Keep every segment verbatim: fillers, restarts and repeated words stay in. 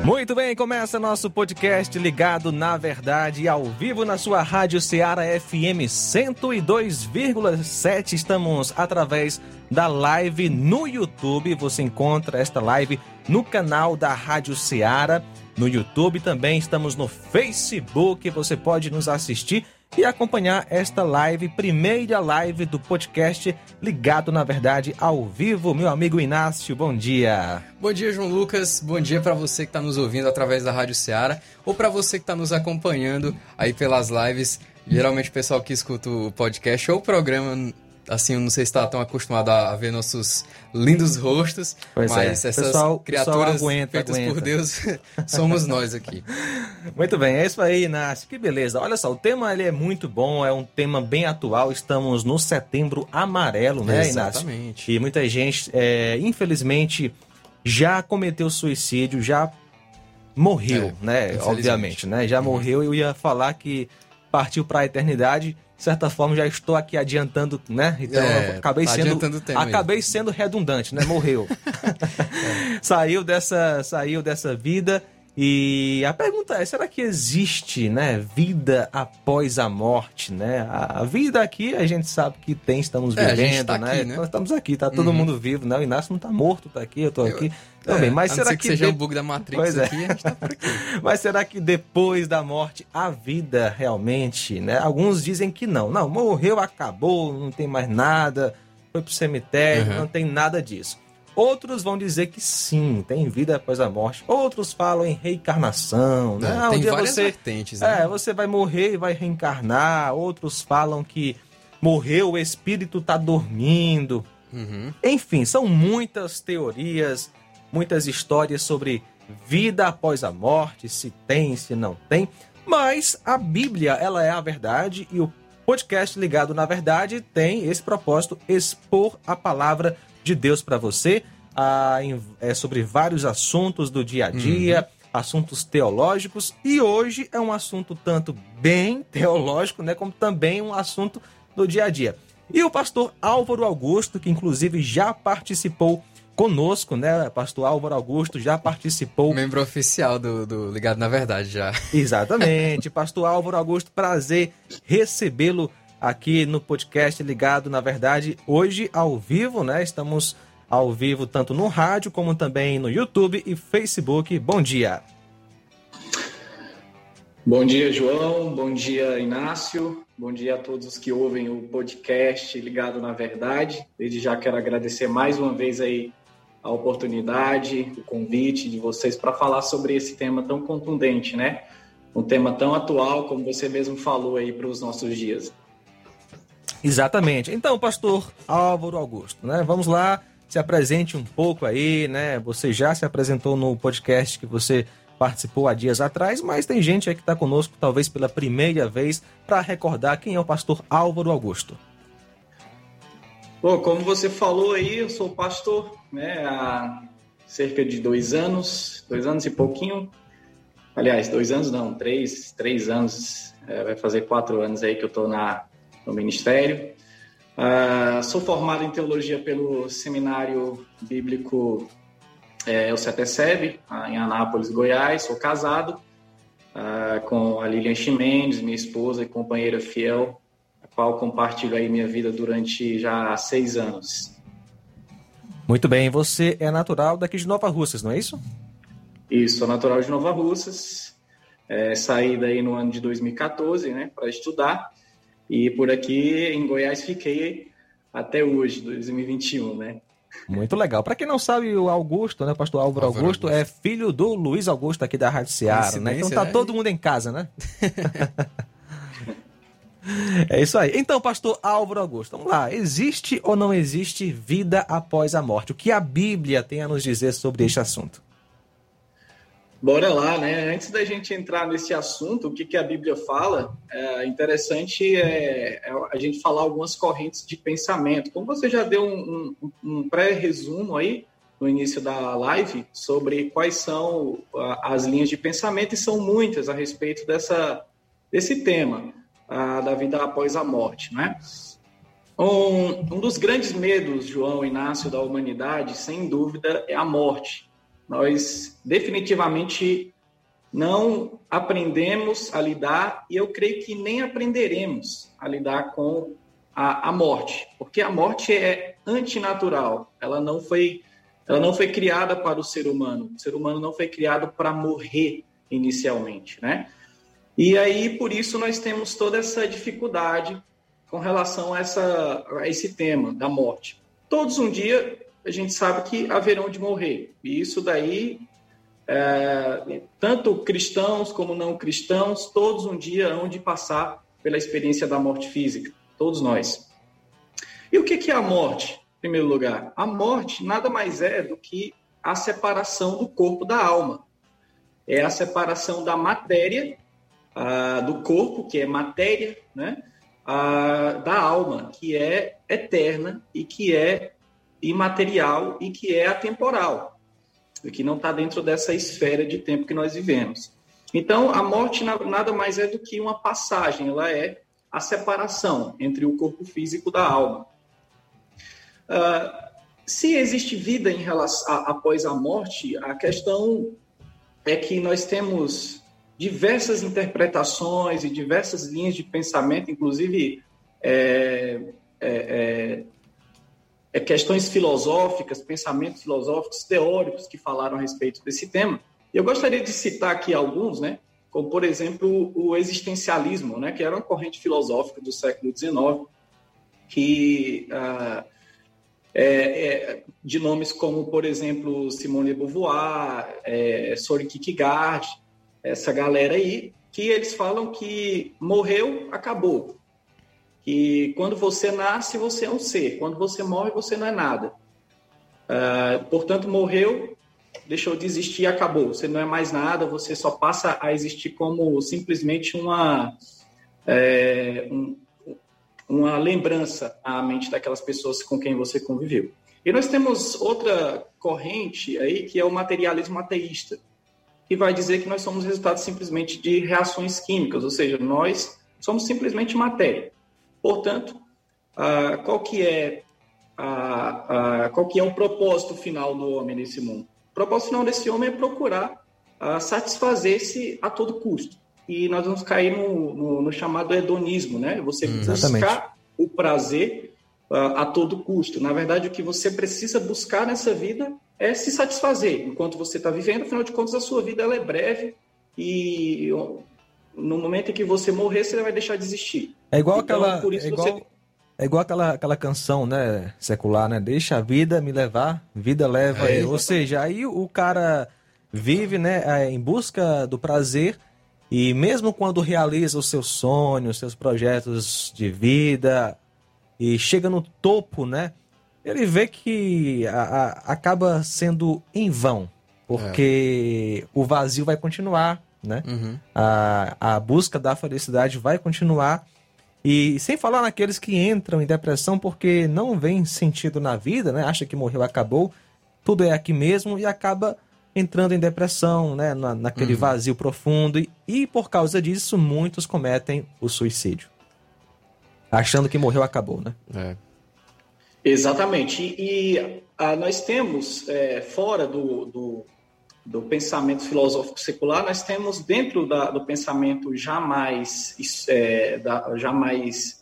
Muito bem, começa nosso podcast Ligado na Verdade, ao vivo na sua Rádio Ceará F M cento e dois vírgula sete. Estamos através da live no YouTube. Você encontra esta live no canal da Rádio Ceará no YouTube. Também estamos no Facebook. Você pode nos assistir e acompanhar esta live, primeira live do podcast Ligado na Verdade ao vivo. Meu amigo Inácio, bom dia. Bom dia, João Lucas. Bom dia para você que está nos ouvindo através da Rádio Ceará ou para você que está nos acompanhando aí pelas lives. Geralmente o pessoal que escuta o podcast ou o programa, assim, eu não sei se está tão acostumado a ver nossos lindos rostos, pois mas é. essas pessoal, criaturas pessoal aguenta, feitas aguenta. por Deus somos nós aqui. Muito bem, é isso aí, Inácio, que beleza. Olha só, o tema ele é muito bom, é um tema bem atual. Estamos no Setembro Amarelo, né, Inácio? Exatamente. E muita gente, é, infelizmente, já cometeu suicídio, já morreu, É, né? Obviamente, né? Já Uhum. morreu. Eu ia falar que partiu para a eternidade. De certa forma, já estou aqui adiantando, né? Então, É, eu acabei tá sendo, adiantando o tema aí. acabei sendo redundante, né? Morreu. É. Saiu dessa, saiu dessa vida. E a pergunta é, será que existe, né, vida após a morte, né? A, a vida aqui, a gente sabe que tem, estamos É, a vivendo, gente tá né? aqui, né? Nós estamos aqui, tá todo Uhum. mundo vivo, né? O Inácio não tá morto, tá aqui, eu tô Eu- aqui É, também. Mas a não será ser que, que seja de- um bug da Matrix Pois é. aqui, a gente tá por aqui. Mas será que depois da morte há vida realmente, né? Alguns dizem que não. Não, morreu, acabou, não tem mais nada, foi pro cemitério, Uhum. não tem nada disso. Outros vão dizer que sim, tem vida após a morte. Outros falam em reencarnação, né? É, Ah, um tem dia várias você, vertentes, né? é, você vai morrer e vai reencarnar. Outros falam que morreu, o espírito tá dormindo. Uhum. Enfim, são muitas teorias, muitas histórias sobre vida após a morte, se tem, se não tem. Mas a Bíblia, ela é a verdade e o podcast Ligado na Verdade tem esse propósito, expor a palavra de Deus para você, ah, em- é, sobre vários assuntos do dia a dia, assuntos teológicos. E hoje é um assunto tanto bem teológico, né, como também um assunto do dia a dia. E o pastor Álvaro Augusto, que inclusive já participou conosco, né? Pastor Álvaro Augusto já participou. Membro oficial do, do Ligado na Verdade já. Exatamente. Pastor Álvaro Augusto, prazer recebê-lo aqui no podcast Ligado na Verdade. Hoje, ao vivo, né? Estamos ao vivo tanto no rádio como também no YouTube e Facebook. Bom dia. Bom dia, João. Bom dia, Inácio. Bom dia a todos os que ouvem o podcast Ligado na Verdade. Desde já quero agradecer mais uma vez aí a oportunidade, o convite de vocês para falar sobre esse tema tão contundente, né? Um tema tão atual, como você mesmo falou aí para os nossos dias. Exatamente. Então, pastor Álvaro Augusto, né? Vamos lá, se apresente um pouco aí, né? Você já se apresentou no podcast que você participou há dias atrás, mas tem gente aí que está conosco, talvez pela primeira vez, para recordar quem é o pastor Álvaro Augusto. Bom, como você falou aí, eu sou pastor, né, há cerca de dois anos, dois anos e pouquinho. Aliás, dois anos não, três, três anos, é, vai fazer quatro anos aí que eu estou no ministério. Uh, sou formado em teologia pelo Seminário Bíblico é, o CETESEB, em Anápolis, Goiás. Sou casado uh, com a Lilian Chimenez, minha esposa e companheira fiel, a qual compartilho aí minha vida durante já seis anos. Muito bem, você é natural daqui de Nova Russas, não é isso? Isso, sou natural de Nova Russas, é, saí daí no ano de dois mil e quatorze, né, para estudar, e por aqui em Goiás fiquei até hoje, dois mil e vinte e um, né. Muito legal. Para quem não sabe, o Augusto, né, o pastor Álvaro Álvaro Augusto, Augusto é filho do Luiz Augusto aqui da Rádio Ceará, né? Então tá né? todo mundo em casa, né? É isso aí. Então, pastor Álvaro Augusto, vamos lá. Existe ou não existe vida após a morte? O que a Bíblia tem a nos dizer sobre este assunto? Bora lá, né? Antes da gente entrar nesse assunto, o que, que a Bíblia fala, é interessante é, é a gente falar algumas correntes de pensamento. Como você já deu um, um, um pré-resumo aí no início da live sobre quais são as linhas de pensamento, e são muitas a respeito dessa, desse tema, a, da vida após a morte, né? Um, um dos grandes medos, João Inácio, da humanidade, sem dúvida, é a morte. nós definitivamente não aprendemos a lidar, e eu creio que nem aprenderemos a lidar com a, a morte, porque a morte é antinatural, ela não foi, ela não foi criada para o ser humano, o ser humano não foi criado para morrer inicialmente, né? E aí, por isso, nós temos toda essa dificuldade com relação a, essa, a esse tema da morte. Todos um dia, a gente sabe que haverão de morrer, e isso daí... É, tanto cristãos como não cristãos, todos um dia hão de passar pela experiência da morte física, todos nós. E o que é a morte, em primeiro lugar? A morte nada mais é do que a separação do corpo da alma. É a separação da matéria, ah, do corpo, que é matéria, né? ah, da alma, que é eterna e que é imaterial e que é atemporal, que não está dentro dessa esfera de tempo que nós vivemos. Então, a morte nada mais é do que uma passagem, ela é a separação entre o corpo físico da alma. Uh, se existe vida em relação a, após a morte, a questão é que nós temos diversas interpretações e diversas linhas de pensamento, inclusive é, é, é, É, questões filosóficas, pensamentos filosóficos, teóricos que falaram a respeito desse tema. E eu gostaria de citar aqui alguns, né, como, por exemplo, o existencialismo, né, que era uma corrente filosófica do século dezenove, que, ah, é, é, de nomes como, por exemplo, Simone de Beauvoir, é, Soren Kierkegaard, essa galera aí, que eles falam que morreu, acabou. E quando você nasce, você é um ser. Quando você morre, você não é nada. Uh, portanto, morreu, deixou de existir, acabou. Você não é mais nada, você só passa a existir como simplesmente uma, é, um, uma lembrança à mente daquelas pessoas com quem você conviveu. E nós temos outra corrente aí, que é o materialismo ateísta, que vai dizer que nós somos resultado simplesmente de reações químicas, ou seja, nós somos simplesmente matéria. Portanto, ah, qual, que é, ah, ah, qual que é o propósito final do homem nesse mundo? O propósito final desse homem é procurar ah, satisfazer-se a todo custo. E nós vamos cair no, no, no chamado hedonismo, né? Você hum, buscar o prazer ah, a todo custo. Na verdade, o que você precisa buscar nessa vida é se satisfazer enquanto você está vivendo. Afinal de contas, a sua vida ela é breve e... no momento em que você morrer, você vai deixar de existir. É igual então, aquela, por isso é igual, você... é igual aquela, aquela canção, né, secular, né? Deixa a vida me levar, vida leva é, eu. Ou seja, aí o cara vive, né, em busca do prazer e mesmo quando realiza os seus sonhos, seus projetos de vida e chega no topo, né, ele vê que a, a, acaba sendo em vão, porque é. o vazio vai continuar, né? Uhum. A, a busca da felicidade vai continuar. E sem falar naqueles que entram em depressão porque não vêem sentido na vida, né? Acha que morreu, acabou, tudo é aqui mesmo e acaba entrando em depressão, né? Na, naquele uhum. vazio profundo. E, e por causa disso, muitos cometem o suicídio. Achando que morreu, acabou, né? É. Exatamente. E, e a, nós temos, é, fora do... do... do pensamento filosófico secular, nós temos dentro da, do pensamento jamais, é, da, jamais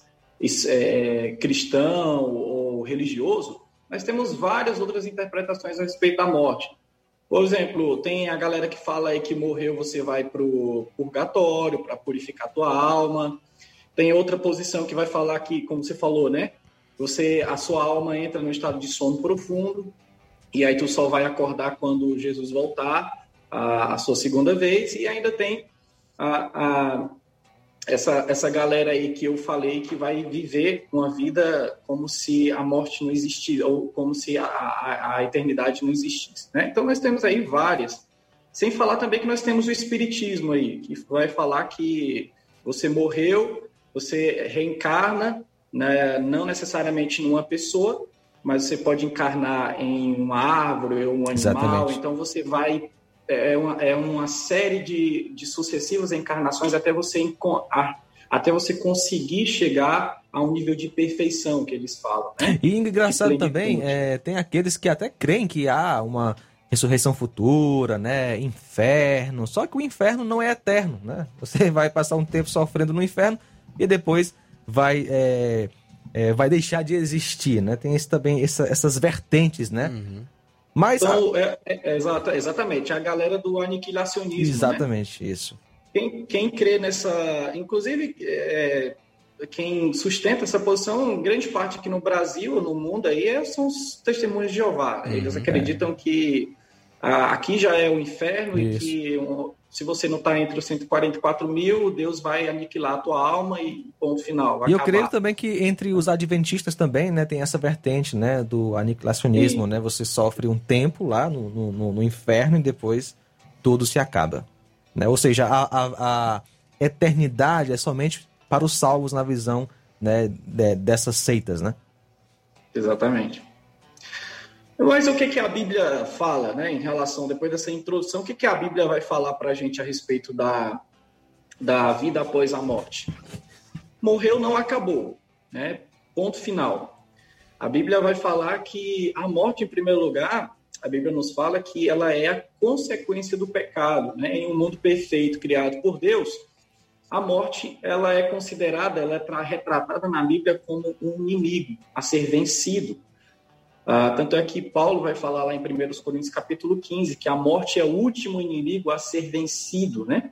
é, cristão ou religioso, nós temos várias outras interpretações a respeito da morte. Por exemplo, tem a galera que fala aí que morreu, você vai para o purgatório, para purificar a tua alma. Tem outra posição que vai falar que, como você falou, né? Você, a sua alma entra no estado de sono profundo, e aí tu só vai acordar quando Jesus voltar a, a sua segunda vez. E ainda tem a, a, essa, essa galera aí que eu falei que vai viver uma vida como se a morte não existisse, ou como se a, a, a eternidade não existisse, né? Então nós temos aí várias. Sem falar também que nós temos o espiritismo aí, que vai falar que você morreu, você reencarna, né, não necessariamente numa pessoa, mas você pode encarnar em uma árvore ou um animal. Exatamente. Então você vai... É uma, é uma série de, de sucessivas encarnações até você, até você conseguir chegar a um nível de perfeição que eles falam, né? E engraçado também, é, tem aqueles que até creem que há uma ressurreição futura, né? Inferno. Só que o inferno não é eterno, né? Você vai passar um tempo sofrendo no inferno e depois vai, é, é, vai deixar de existir, né? Tem esse, também essa, essas vertentes, né? Uhum. Mas Então, a... é, é, é, exata, exatamente, a galera do aniquilacionismo, Exatamente, né? isso. Quem, quem crê nessa... Inclusive, é, quem sustenta essa posição, grande parte aqui no Brasil, no mundo, aí, é, são os testemunhos de Jeová. Eles Uhum, acreditam é. que a, aqui já é o inferno Isso. e que um, se você não está entre os cento e quarenta e quatro mil, Deus vai aniquilar a tua alma e ponto final, vai E eu acabar. creio também que entre os adventistas também, né, tem essa vertente, né, do aniquilacionismo, E- né? Você sofre um tempo lá no, no, no inferno e depois tudo se acaba, né? Ou seja, a, a, a eternidade é somente para os salvos na visão, né, de- dessas seitas, né? Exatamente. Mas o que, que a Bíblia fala, né, em relação, depois dessa introdução, o que, que a Bíblia vai falar para a gente a respeito da, da vida após a morte? Morreu, não acabou, né? Ponto final. A Bíblia vai falar que a morte, em primeiro lugar, a Bíblia nos fala que ela é a consequência do pecado, né? Em um mundo perfeito criado por Deus, a morte ela é considerada, ela é retratada na Bíblia como um inimigo a ser vencido. Ah, tanto é que Paulo vai falar lá em primeira Coríntios capítulo quinze que a morte é o último inimigo a ser vencido, né?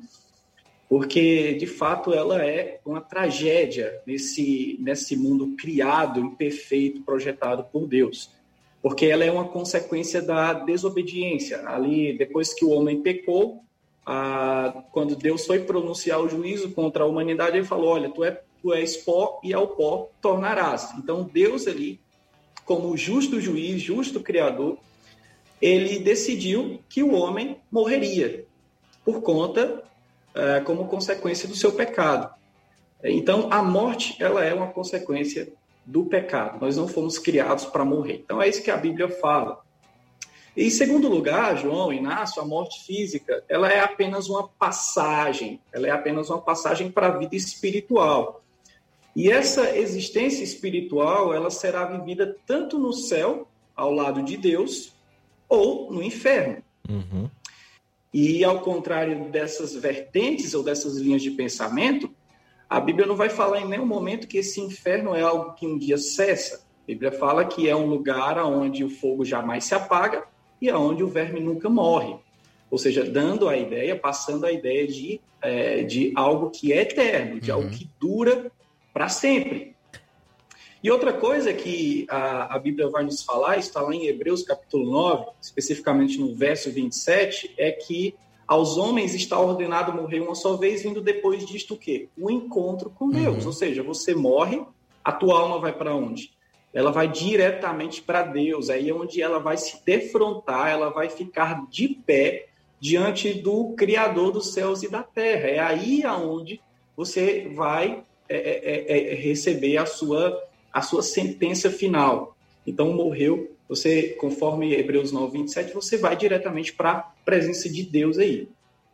Porque, de fato, ela é uma tragédia nesse, nesse mundo criado, imperfeito, projetado por Deus. Porque ela é uma consequência da desobediência. Ali, depois que o homem pecou, ah, quando Deus foi pronunciar o juízo contra a humanidade, ele falou, olha, tu, é, tu és pó e ao pó tornarás. Então, Deus ali, como justo juiz, justo criador, ele decidiu que o homem morreria por conta, é, como consequência do seu pecado. Então, a morte, ela é uma consequência do pecado. Nós não fomos criados para morrer. Então, é isso que a Bíblia fala. E, em segundo lugar, João, Inácio, a morte física, ela é apenas uma passagem. Ela é apenas uma passagem para a vida espiritual. E essa existência espiritual, ela será vivida tanto no céu, ao lado de Deus, ou no inferno. Uhum. E, ao contrário dessas vertentes ou dessas linhas de pensamento, a Bíblia não vai falar em nenhum momento que esse inferno é algo que um dia cessa. A Bíblia fala que é um lugar onde o fogo jamais se apaga e onde o verme nunca morre. Ou seja, dando a ideia, passando a ideia de, é, de algo que é eterno, de uhum. algo que dura para sempre. E outra coisa que a, a Bíblia vai nos falar, está lá em Hebreus capítulo nove, especificamente no verso vinte e sete, é que aos homens está ordenado morrer uma só vez, vindo depois disto o quê? O encontro com Deus. Uhum. Ou seja, você morre, a tua alma vai para onde? Ela vai diretamente para Deus. Aí é onde ela vai se defrontar, ela vai ficar de pé diante do Criador dos céus e da terra. É aí aonde você vai é, é, é, receber a sua, a sua sentença final. Então, morreu, você, conforme Hebreus nove, vinte e sete, você vai diretamente para a presença de Deus aí.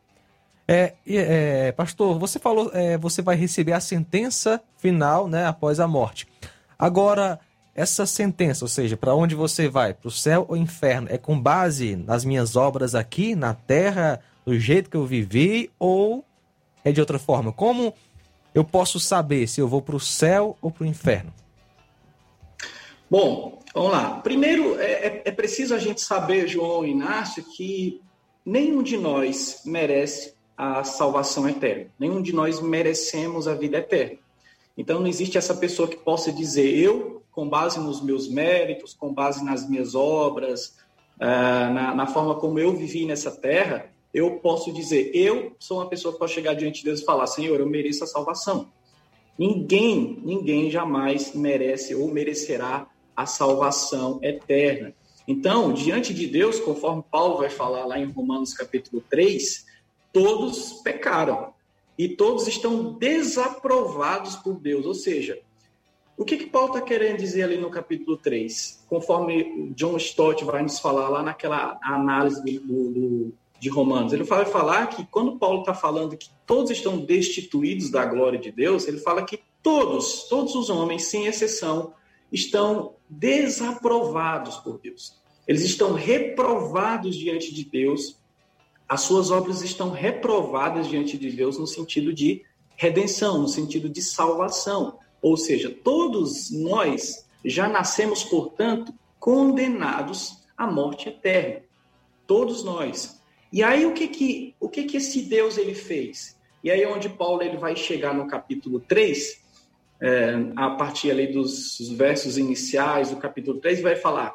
É, é, pastor, você falou, é, você vai receber a sentença final, né, após a morte. Agora, essa sentença, ou seja, para onde você vai, para o céu ou inferno, é com base nas minhas obras aqui, na terra, do jeito que eu vivi, ou é de outra forma? Como eu posso saber se eu vou para o céu ou para o inferno? Bom, vamos lá. Primeiro, é, é preciso a gente saber, João e Inácio, que nenhum de nós merece a salvação eterna. Nenhum de nós merecemos a vida eterna. Então, não existe essa pessoa que possa dizer, eu, com base nos meus méritos, com base nas minhas obras, uh, na, na forma como eu vivi nessa terra, eu posso dizer, eu sou uma pessoa que pode chegar diante de Deus e falar, Senhor, eu mereço a salvação. Ninguém, ninguém jamais merece ou merecerá a salvação eterna. Então, diante de Deus, conforme Paulo vai falar lá em Romanos capítulo três, todos pecaram e todos estão desaprovados por Deus. Ou seja, o que, que Paulo está querendo dizer ali no capítulo três? Conforme John Stott vai nos falar lá naquela análise do, do, de Romanos, ele vai falar que quando Paulo está falando que todos estão destituídos da glória de Deus, ele fala que todos, todos os homens, sem exceção, estão desaprovados por Deus. eles estão reprovados diante de Deus, as suas obras estão reprovadas diante de Deus no sentido de redenção, no sentido de salvação. Ou seja, todos nós já nascemos, portanto, condenados à morte eterna. Todos nós. E aí o que que, o que, que esse Deus ele fez? E aí onde Paulo ele vai chegar no capítulo três, é, a partir ali dos versos iniciais do capítulo três, vai falar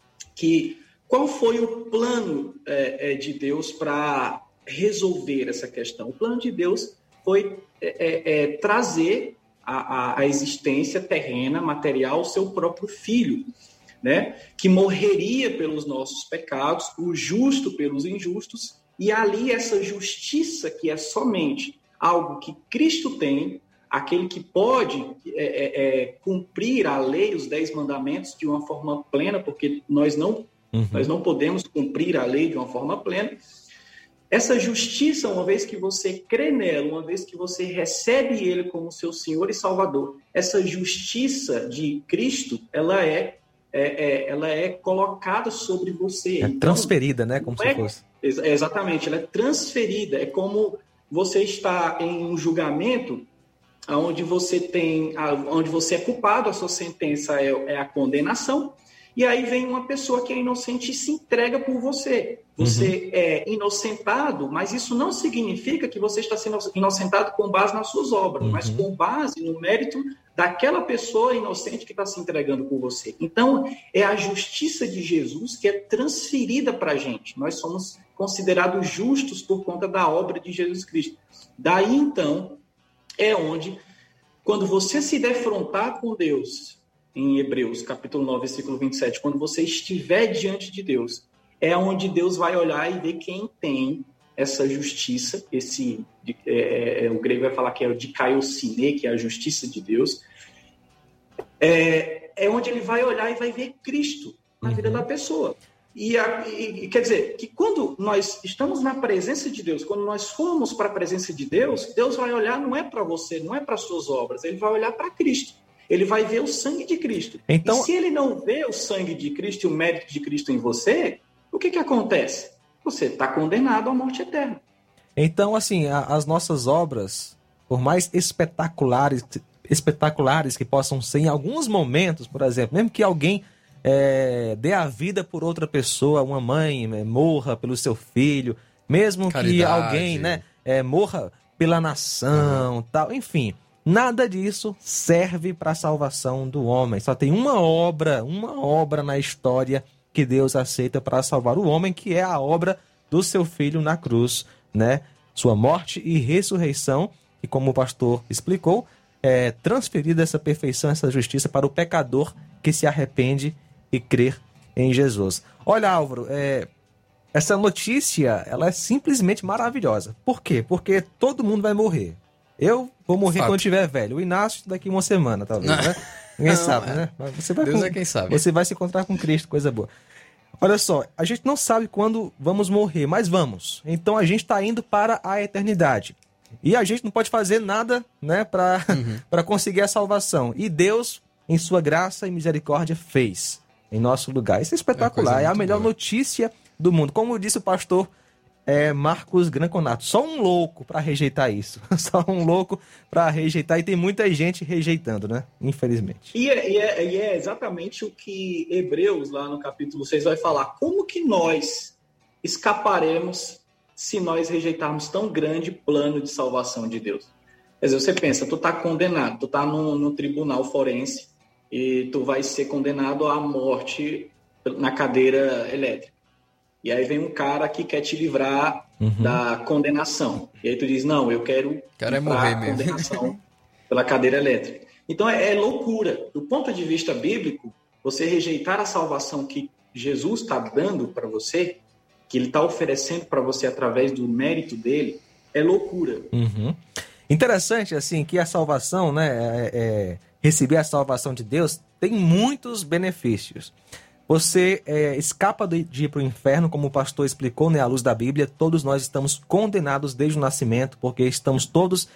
que qual foi o plano é, é, de Deus para resolver essa questão. O plano de Deus foi é, é, trazer a, a existência terrena, material, seu próprio filho, né? Que morreria pelos nossos pecados, o justo pelos injustos, e ali essa justiça que é somente algo que Cristo tem, aquele que pode é, é, é, cumprir a lei, os dez mandamentos, de uma forma plena, porque nós não, uhum. nós não podemos cumprir a lei de uma forma plena. Essa justiça, uma vez que você crê nela, uma vez que você recebe ele como seu Senhor e Salvador, essa justiça de Cristo, ela é, é, é, ela é colocada sobre você. É então, transferida, né? Como se é, fosse. Exatamente, ela é transferida. É como você está em um julgamento onde você, tem, onde você é culpado, a sua sentença é, é a condenação, e aí vem uma pessoa que é inocente e se entrega por você. Você uhum. é inocentado, mas isso não significa que você está sendo inocentado com base nas suas obras, uhum. mas com base no mérito daquela pessoa inocente que está se entregando por você. Então, é a justiça de Jesus que é transferida para a gente. Nós somos considerados justos por conta da obra de Jesus Cristo. Daí, então, é onde, quando você se defrontar com Deus, em Hebreus, capítulo nove, versículo vinte e sete, quando você estiver diante de Deus, é onde Deus vai olhar e ver quem tem essa justiça, esse, é, é, o grego vai falar que é o dikaiosine, que é a justiça de Deus, é, é onde ele vai olhar e vai ver Cristo na vida da pessoa. E, a, e quer dizer, que quando nós estamos na presença de Deus, quando nós formos para a presença de Deus, Deus vai olhar não é para você, não é para as suas obras, ele vai olhar para Cristo. Ele vai ver o sangue de Cristo. Então, e se ele não vê o sangue de Cristo e o mérito de Cristo em você, o que que acontece? Você está condenado à morte eterna. Então, assim, a, as nossas obras, por mais espetaculares, espetaculares que possam ser em alguns momentos, por exemplo, mesmo que alguém é, dê a vida por outra pessoa, uma mãe é, morra pelo seu filho, mesmo Caridade. que alguém né, é, morra pela nação, uhum. tal, enfim... Nada disso serve para a salvação do homem. Só tem uma obra, uma obra na história que Deus aceita para salvar o homem, que é a obra do seu Filho na cruz, né? Sua morte e ressurreição, e como o pastor explicou, é transferida essa perfeição, essa justiça para o pecador que se arrepende e crê em Jesus. Olha, Álvaro, é... essa notícia ela é simplesmente maravilhosa. Por quê? Porque todo mundo vai morrer. Eu vou morrer Fato. quando estiver velho. O Inácio daqui uma semana, talvez, né? Ninguém não, sabe, é. né? Você vai Deus com... é quem sabe. Você vai se encontrar com Cristo, coisa boa. Olha só, a gente não sabe quando vamos morrer, mas vamos. Então a gente está indo para a eternidade. E a gente não pode fazer nada, né, para uhum. para conseguir a salvação. E Deus, em sua graça e misericórdia, fez em nosso lugar. Isso é espetacular, é, é a melhor boa. notícia do mundo. Como disse o pastor É Marcos Granconato, só um louco para rejeitar isso. Só um louco para rejeitar, e tem muita gente rejeitando, né? Infelizmente. E é, e, é, e é exatamente o que Hebreus, lá no capítulo seis, vai falar. Como que nós escaparemos se nós rejeitarmos tão grande plano de salvação de Deus? Quer dizer, você pensa, tu tá condenado, tu tá no, no tribunal forense e tu vai ser condenado à morte na cadeira elétrica. E aí vem um cara que quer te livrar uhum. da condenação. E aí tu diz, não, eu quero cara livrar é a condenação pela cadeira elétrica. Então é, é loucura. Do ponto de vista bíblico, você rejeitar a salvação que Jesus está dando para você, que ele está oferecendo para você através do mérito dele, é loucura. Uhum. Interessante, assim, que a salvação, né, é, é, receber a salvação de Deus tem muitos benefícios. Você é, escapa de ir para o inferno, como o pastor explicou, né, à luz da Bíblia. Todos nós estamos condenados desde o nascimento, porque estamos todos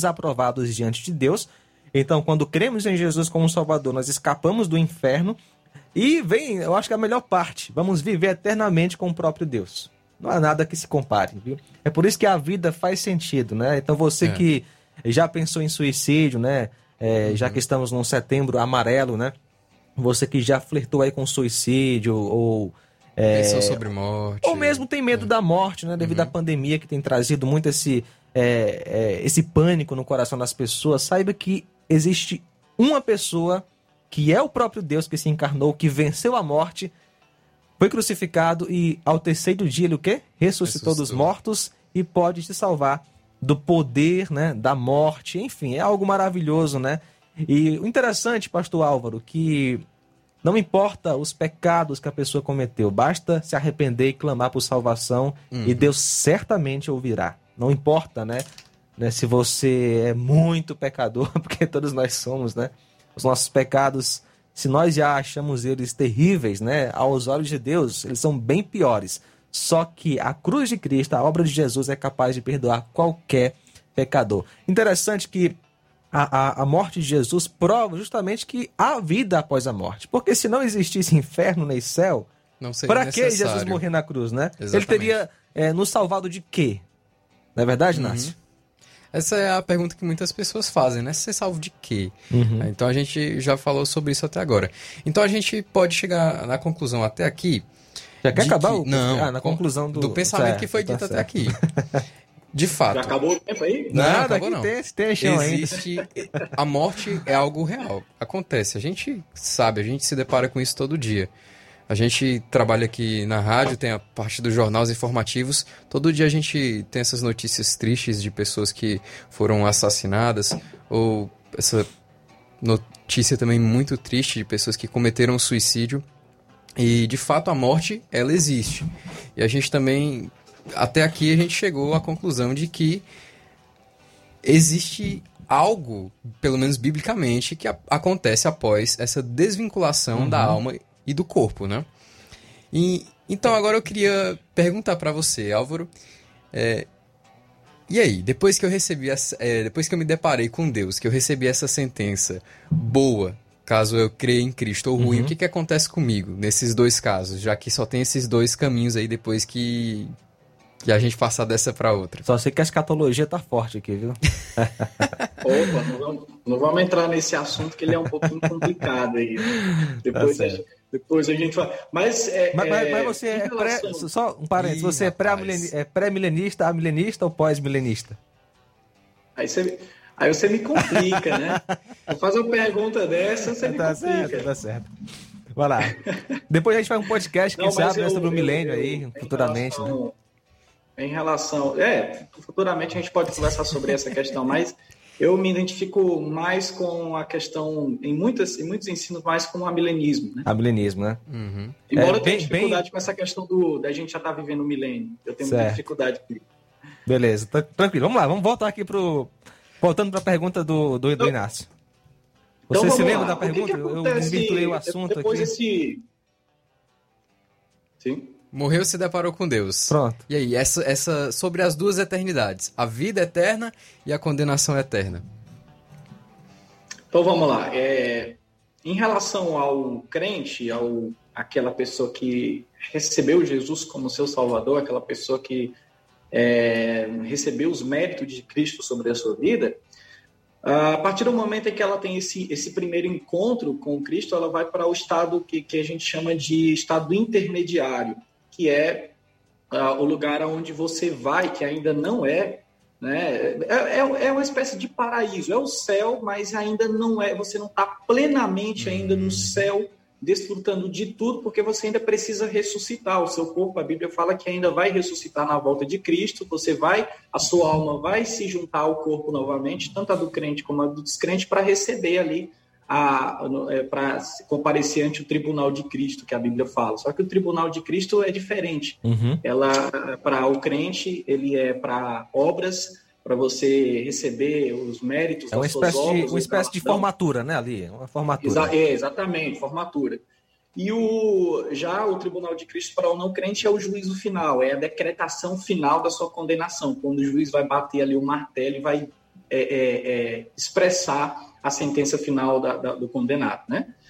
desaprovados diante de Deus. Então, quando cremos em Jesus como Salvador, nós escapamos do inferno, E vem, eu acho que a melhor parte, vamos viver eternamente com o próprio Deus. Não há nada que se compare, viu? É por isso que a vida faz sentido, né? Então você é. que já pensou em suicídio, né? É, uhum. Já que estamos num setembro amarelo, né? Você que já flertou aí com suicídio ou... É, pensou sobre morte. Ou mesmo tem medo é. da morte, né? Devido uhum. à pandemia que tem trazido muito esse, é, é, esse pânico no coração das pessoas. Saiba que existe uma pessoa que é o próprio Deus que se encarnou, que venceu a morte, foi crucificado e ao terceiro dia ele o quê? Ressuscitou, Ressuscitou. dos mortos e pode te salvar do poder, né? Da morte. Enfim, é algo maravilhoso, né? E o interessante, pastor Álvaro, que não importa os pecados que a pessoa cometeu, basta se arrepender e clamar por salvação uhum. e Deus certamente ouvirá. Não importa, né, né, se você é muito pecador, porque todos nós somos, né? Os nossos pecados, se nós já achamos eles terríveis, né, aos olhos de Deus, eles são bem piores. Só que a cruz de Cristo, a obra de Jesus, é capaz de perdoar qualquer pecador. Interessante que A, a, a morte de Jesus prova justamente que há vida após a morte. Porque se não existisse inferno nem céu, para que Jesus morrer na cruz, né? Exatamente. Ele teria é, nos salvado de quê? Não é verdade, uhum. Nácio? Essa é a pergunta que muitas pessoas fazem, né? Ser salvo de quê? Uhum. Então a gente já falou sobre isso até agora. Então a gente pode chegar na conclusão até aqui... Já quer acabar que... o... Não, ah, na conclusão do... do pensamento certo, que foi dito tá até aqui. De fato. Já acabou o tempo aí? Não, Nada, acabou não. Tem, tem chão Existe... Ainda. A morte é algo real. Acontece. A gente sabe, a gente se depara com isso todo dia. A gente trabalha aqui na rádio, tem a parte dos jornais informativos. Todo dia a gente tem essas notícias tristes de pessoas que foram assassinadas. Ou essa notícia também muito triste de pessoas que cometeram suicídio. E, de fato, a morte, ela existe. E a gente também... Até aqui a gente chegou à conclusão de que existe algo, pelo menos biblicamente, que a- acontece após essa desvinculação uhum. da alma e do corpo, né? E, então agora eu queria perguntar para você, Álvaro, é, e aí, depois que eu recebi, essa, é, depois que eu me deparei com Deus, que eu recebi essa sentença boa, caso eu creia em Cristo, ou ruim, uhum. o que, que acontece comigo nesses dois casos, já que só tem esses dois caminhos aí depois que... que a gente passar dessa para outra. Só sei que a escatologia tá forte aqui, viu? Opa, não vamos, não vamos entrar nesse assunto que ele é um pouquinho complicado aí. Depois, tá a, depois a gente fala. Mas, é, mas, é, mas você é pré, relação... só um parênteses, Ih, você é, pré-milen, é pré-milenista, amilenista ou pós-milenista? Aí você, aí você me complica, né? Eu faço uma pergunta dessa, você me tá complica. Certo, tá certo. Vai lá. Depois a gente faz um podcast, quem sabe, né, sobre o milênio eu, aí, futuramente, relação... né? Em relação... É, futuramente a gente pode conversar sobre essa questão, mas eu me identifico mais com a questão, em, muitas, em muitos ensinos, mais com o amilenismo, né? Amilenismo, né? Uhum. Embora é, eu tenha bem, dificuldade bem... com essa questão do, da gente já estar tá vivendo o milênio. Eu tenho certo. muita dificuldade com isso. Beleza, tá, tranquilo. Vamos lá, vamos voltar aqui pro... Voltando para a pergunta do, do, do Inácio. Você então, se lembra lá. da pergunta? Que que eu desvirtuei o assunto depois aqui. Esse... Sim. Morreu e se deparou com Deus. Pronto. E aí, essa, essa, sobre as duas eternidades, a vida eterna e a condenação eterna. Então vamos lá. É, em relação ao crente, ao aquela pessoa que recebeu Jesus como seu Salvador, aquela pessoa que é, recebeu os méritos de Cristo sobre a sua vida, a partir do momento em que ela tem esse, esse primeiro encontro com Cristo, ela vai para o estado que, que a gente chama de estado intermediário, que é uh, o lugar onde você vai, que ainda não é, né? É, é, é uma espécie de paraíso, é o céu, mas ainda não é, você não está plenamente ainda no céu, desfrutando de tudo, porque você ainda precisa ressuscitar o seu corpo. A Bíblia fala que ainda vai ressuscitar na volta de Cristo, você vai, a sua alma vai se juntar ao corpo novamente, tanto a do crente como a do descrente, para receber ali, para comparecer ante o tribunal de Cristo, que a Bíblia fala. Só que o tribunal de Cristo é diferente. Uhum. Ela, para o crente, ele é para obras, para você receber os méritos é uma das suas espécie obras. De, uma espécie de formatura, né, ali? Uma formatura. Exa- é, exatamente, formatura. E o, já o tribunal de Cristo para o não crente é o juízo final, é a decretação final da sua condenação, quando o juiz vai bater ali o martelo e vai é, é, é, expressar a sentença final da, da, do condenado, né?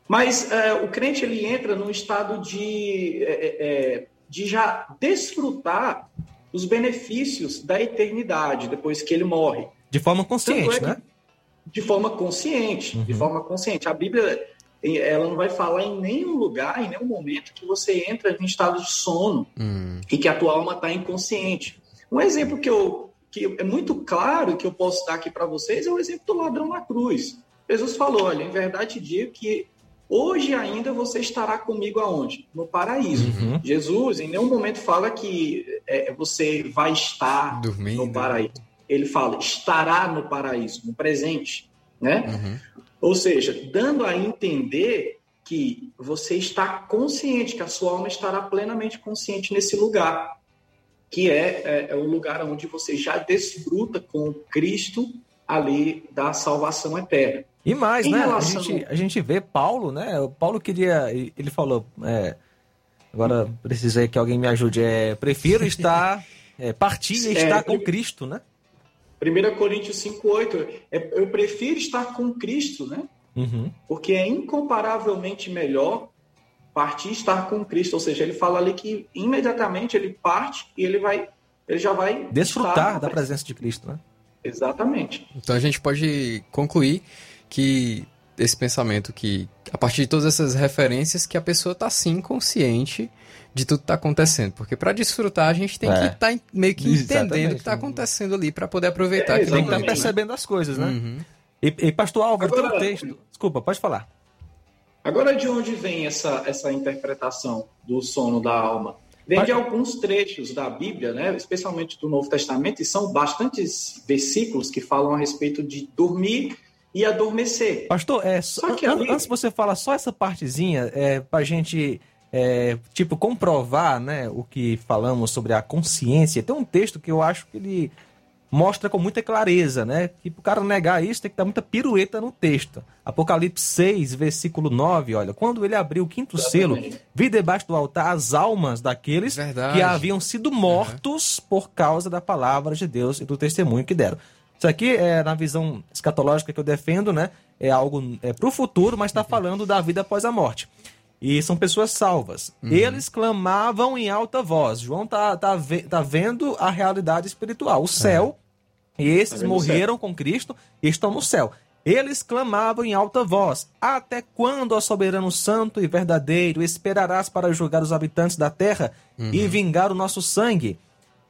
Mas é, o crente ele entra num estado de, é, é, de já desfrutar os benefícios da eternidade depois que ele morre. De forma consciente, é que, né? De forma consciente, uhum. de forma consciente. A Bíblia ela não vai falar em nenhum lugar, em nenhum momento que você entra em estado de sono uhum. e que a tua alma está inconsciente. Um exemplo que, eu, que é muito claro que eu posso dar aqui para vocês é o exemplo do ladrão na cruz. Jesus falou, olha, em verdade te digo que hoje ainda você estará comigo aonde? No paraíso. Uhum. Jesus em nenhum momento fala que é, você vai estar dormindo no paraíso. Ele fala, estará no paraíso, no presente, né? Uhum. Ou seja, dando a entender que você está consciente, que a sua alma estará plenamente consciente nesse lugar, que é, é, é o lugar onde você já desfruta com Cristo ali da salvação eterna. E mais, em né? Relação... A, gente, a gente vê Paulo, né? O Paulo queria, ele falou, é, agora precisei que alguém me ajude, é, prefiro estar, é, partir e estar é, com Cristo, né? primeira Coríntios cinco, oito, eu prefiro estar com Cristo, né? Uhum. Porque é incomparavelmente melhor partir e estar com Cristo. Ou seja, ele fala ali que imediatamente ele parte e ele vai, ele já vai desfrutar da presença de Cristo, né? Exatamente. Então a gente pode concluir que esse pensamento que, a partir de todas essas referências, que a pessoa está sim consciente de tudo que está acontecendo. Porque para desfrutar a gente tem é. que estar tá meio que entendendo exatamente. O que está acontecendo ali para poder aproveitar. É, tem que estar tá percebendo as coisas, né? Uhum. E, e pastor Álvaro, agora, tem um texto... Desculpa, pode falar. Agora, de onde vem essa, essa interpretação do sono da alma? Vem de alguns trechos da Bíblia, né? Especialmente do Novo Testamento, e são bastantes versículos que falam a respeito de dormir e adormecer. Pastor, é, só que ali... antes de você falar só essa partezinha, é, para a gente... É, tipo, comprovar, né, o que falamos sobre a consciência. Tem um texto que eu acho que ele mostra com muita clareza, né? Que pro cara negar isso tem que dar muita pirueta no texto. Apocalipse seis, versículo nove, olha. Quando ele abriu o quinto selo, vi debaixo do altar as almas daqueles Verdade. Que haviam sido mortos uhum. por causa da palavra de Deus e do testemunho que deram. Isso aqui é na visão escatológica que eu defendo, né? É algo é, pro futuro, mas está uhum. falando da vida após a morte. E são pessoas salvas. Uhum. Eles clamavam em alta voz. João tá, tá, ve- tá vendo a realidade espiritual. O céu, é. e esses tá morreram com Cristo e estão no céu. Eles clamavam em alta voz. Até quando, ó soberano santo e verdadeiro, esperarás para julgar os habitantes da terra uhum. e vingar o nosso sangue?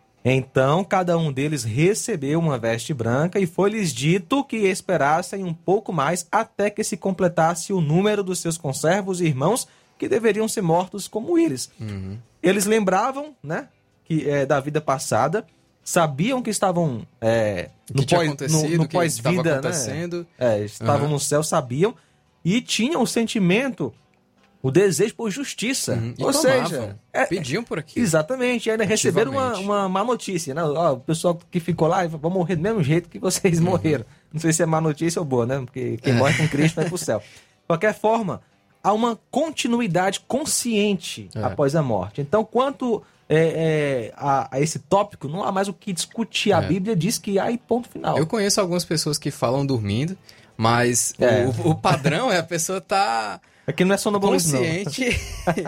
Então, cada um deles recebeu uma veste branca e foi-lhes dito que esperassem um pouco mais até que se completasse o número dos seus conservos e irmãos que deveriam ser mortos como eles. Uhum. Eles lembravam, né, que, é, da vida passada, sabiam que estavam é, no, que pós, no, no pós-vida, né? É, estavam uhum. no céu, sabiam, e tinham o sentimento... O desejo por justiça. Uhum. Ou tomavam, seja, é, pediam por aqui. Exatamente. E ainda receberam uma, uma má notícia. Né? Ó, o pessoal que ficou lá vai morrer do mesmo jeito que vocês uhum. morreram. Não sei se é má notícia ou boa, né? Porque quem é. morre com Cristo vai pro céu. De qualquer forma, há uma continuidade consciente é. após a morte. Então, quanto é, é, a, a esse tópico, não há mais o que discutir. A é. Bíblia diz que há e ponto final. Eu conheço algumas pessoas que falam dormindo, mas é. o, o padrão é a pessoa tá... Aqui não é sonambulismo, consciente,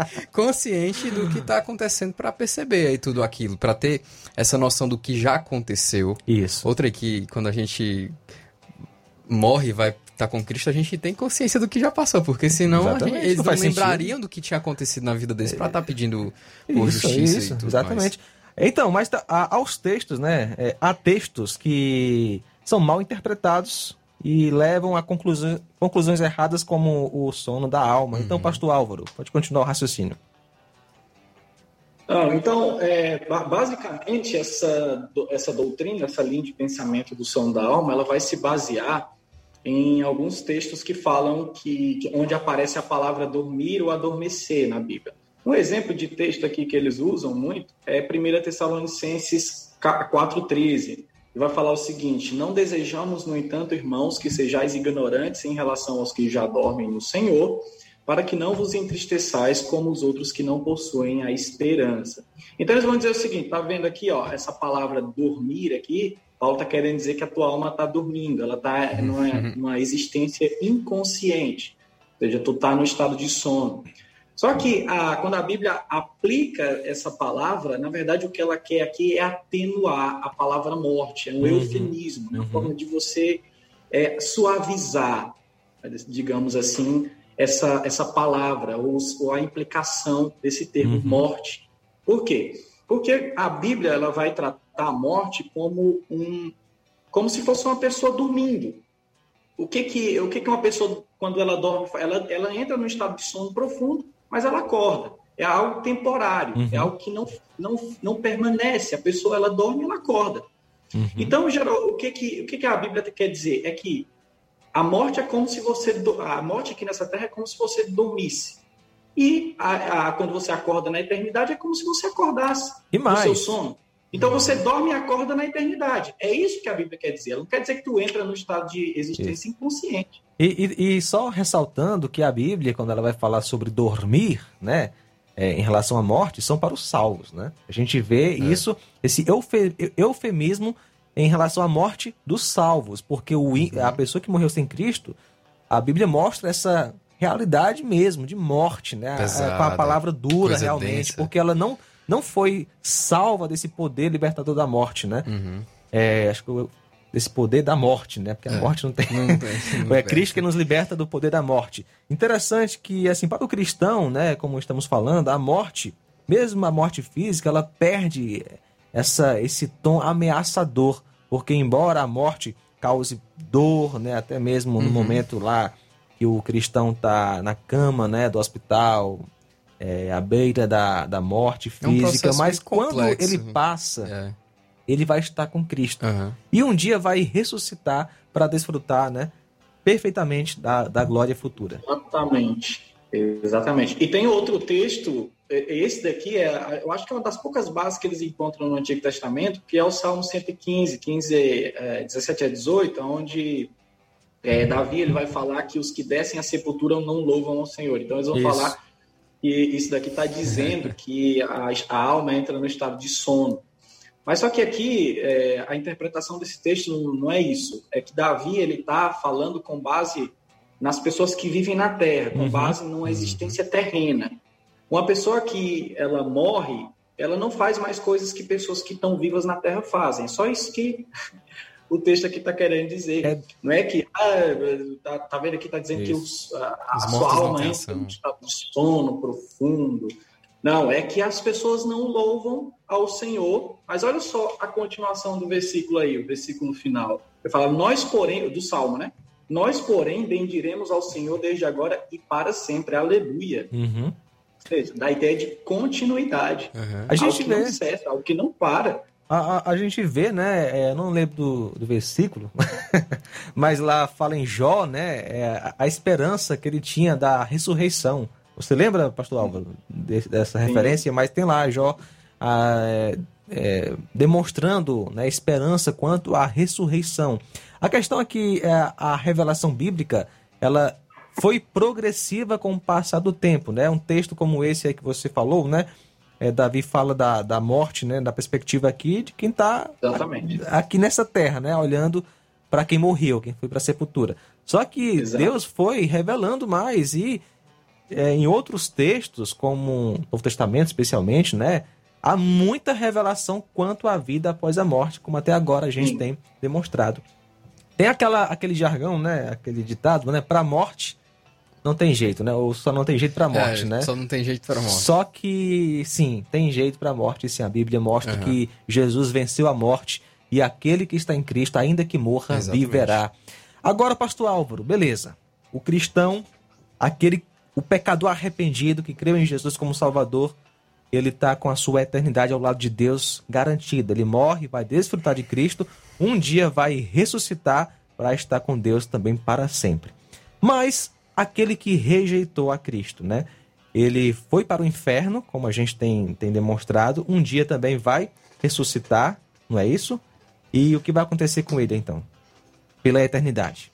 consciente do que está acontecendo para perceber aí tudo aquilo, para ter essa noção do que já aconteceu. Isso. Outra é que quando a gente morre e vai estar tá com Cristo, a gente tem consciência do que já passou, porque senão a gente, eles não, não lembrariam do que tinha acontecido na vida deles para estar tá pedindo por isso, justiça isso, e tudo exatamente. mais. Então, mas tá, há, aos textos, né? É, há textos que são mal interpretados e levam a conclusões, conclusões erradas como o sono da alma. Uhum. Então, pastor Álvaro, pode continuar o raciocínio. Ah, então, é, basicamente, essa, essa doutrina, essa linha de pensamento do sono da alma, ela vai se basear em alguns textos que falam que, que onde aparece a palavra dormir ou adormecer na Bíblia. Um exemplo de texto aqui que eles usam muito é primeira Tessalonicenses quatro, treze. E vai falar o seguinte: não desejamos, no entanto, irmãos, que sejais ignorantes em relação aos que já dormem no Senhor, para que não vos entristeçais como os outros que não possuem a esperança. Então eles vão dizer o seguinte, tá vendo aqui, ó, essa palavra dormir aqui, Paulo está querendo dizer que a tua alma está dormindo, ela está numa, numa existência inconsciente. seja, tu está no estado de sono. Só que a, quando a Bíblia aplica essa palavra, na verdade o que ela quer aqui é atenuar a palavra morte, é um uhum. eufemismo, é uma uhum. forma de você é, suavizar, digamos assim, essa, essa palavra ou, ou a implicação desse termo uhum. morte. Por quê? Porque a Bíblia ela vai tratar a morte como, um, como se fosse uma pessoa dormindo. O que que, o que que uma pessoa, quando ela dorme, ela, ela entra num estado de sono profundo, mas ela acorda. É algo temporário, uhum. é algo que não, não, não permanece. A pessoa ela dorme e ela acorda. Uhum. Então, geral, o, que, que, o que, que a Bíblia quer dizer? É que a morte é como se você. A morte aqui nessa terra é como se você dormisse. E a, a, quando você acorda na eternidade, é como se você acordasse e mais? do seu sono. Então você dorme e acorda na eternidade. É isso que a Bíblia quer dizer. Ela não quer dizer que tu entra no estado de existência isso. inconsciente. E, e, e só ressaltando que a Bíblia, quando ela vai falar sobre dormir, né, é, em relação à morte, são para os salvos, né? A gente vê é. isso, esse eufe, eufemismo em relação à morte dos salvos, porque o, uhum. a pessoa que morreu sem Cristo, a Bíblia mostra essa realidade mesmo de morte, né? Pesada, com a palavra dura realmente, densa. Porque ela não não foi salva desse poder libertador da morte, né? Uhum. É, acho que desse poder da morte, né? Porque a é. morte não tem. Não tem não é Cristo que nos liberta do poder da morte. Interessante que, assim, para o cristão, né? Como estamos falando, a morte, mesmo a morte física, ela perde essa, esse tom ameaçador, porque embora a morte cause dor, né? Até mesmo no uhum. momento lá que o cristão está na cama, né? Do hospital. É, à beira da, da morte física, é um mas quando complexo. Ele passa, é. ele vai estar com Cristo. Uhum. E um dia vai ressuscitar para desfrutar, né, perfeitamente da, da glória futura. Exatamente. Exatamente. E tem outro texto, esse daqui, é, eu acho que é uma das poucas bases que eles encontram no Antigo Testamento, que é o Salmo cento e quinze, quinze, é, dezessete a dezoito, onde é, Davi ele vai falar que os que descem à sepultura não louvam ao Senhor. Então eles vão Isso. falar... E isso daqui está dizendo que a, a alma entra no estado de sono. Mas só que aqui, é, a interpretação desse texto não, não é isso. É que Davi está falando com base nas pessoas que vivem na terra, com uhum. base numa existência terrena. Uma pessoa que ela morre, ela não faz mais coisas que pessoas que estão vivas na terra fazem. É só isso que... o texto aqui está querendo dizer. É... Não é que, ah, tá, tá vendo aqui, está dizendo Isso. que os, a, a sua alma entra num estado de sono profundo. Não, é que as pessoas não louvam ao Senhor. Mas olha só a continuação do versículo aí, o versículo final. Ele fala, nós porém, do Salmo, né? Nós porém bendiremos ao Senhor desde agora e para sempre. Aleluia. Uhum. Ou seja, dá a ideia de continuidade. Uhum. A gente algo que vê... não cessa, algo que não para. A, a, a gente vê, né, é, eu não lembro do, do versículo, mas lá fala em Jó, né, é, a, a esperança que ele tinha da ressurreição. Você lembra, pastor Álvaro, de, dessa Sim. referência? Mas tem lá Jó a, é, é, demonstrando, né, esperança quanto à ressurreição. A questão é que é, a revelação bíblica, ela foi progressiva com o passar do tempo, né? Um texto como esse aí que você falou, né? É, Davi fala da, da morte, né, da perspectiva aqui de quem está aqui, aqui nessa terra, né, olhando para quem morreu, quem foi para a sepultura. Só que Exato. Deus foi revelando mais e é, em outros textos, como o Novo Testamento especialmente, né, há muita revelação quanto à vida após a morte, como até agora a gente Sim. tem demonstrado. Tem aquela, aquele jargão, né, aquele ditado, né, para a morte não tem jeito, né? Ou só não tem jeito pra morte, é, né? Só não tem jeito pra morte. Só que, sim, tem jeito pra morte, sim. A Bíblia mostra uhum. que Jesus venceu a morte e aquele que está em Cristo, ainda que morra, Exatamente. Viverá. Agora, pastor Álvaro, beleza. O cristão, aquele, o pecador arrependido que creu em Jesus como Salvador, ele tá com a sua eternidade ao lado de Deus garantida. Ele morre, vai desfrutar de Cristo, um dia vai ressuscitar para estar com Deus também para sempre. Mas... aquele que rejeitou a Cristo, né? Ele foi para o inferno, como a gente tem, tem demonstrado, um dia também vai ressuscitar, não é isso? E o que vai acontecer com ele, então? Pela eternidade.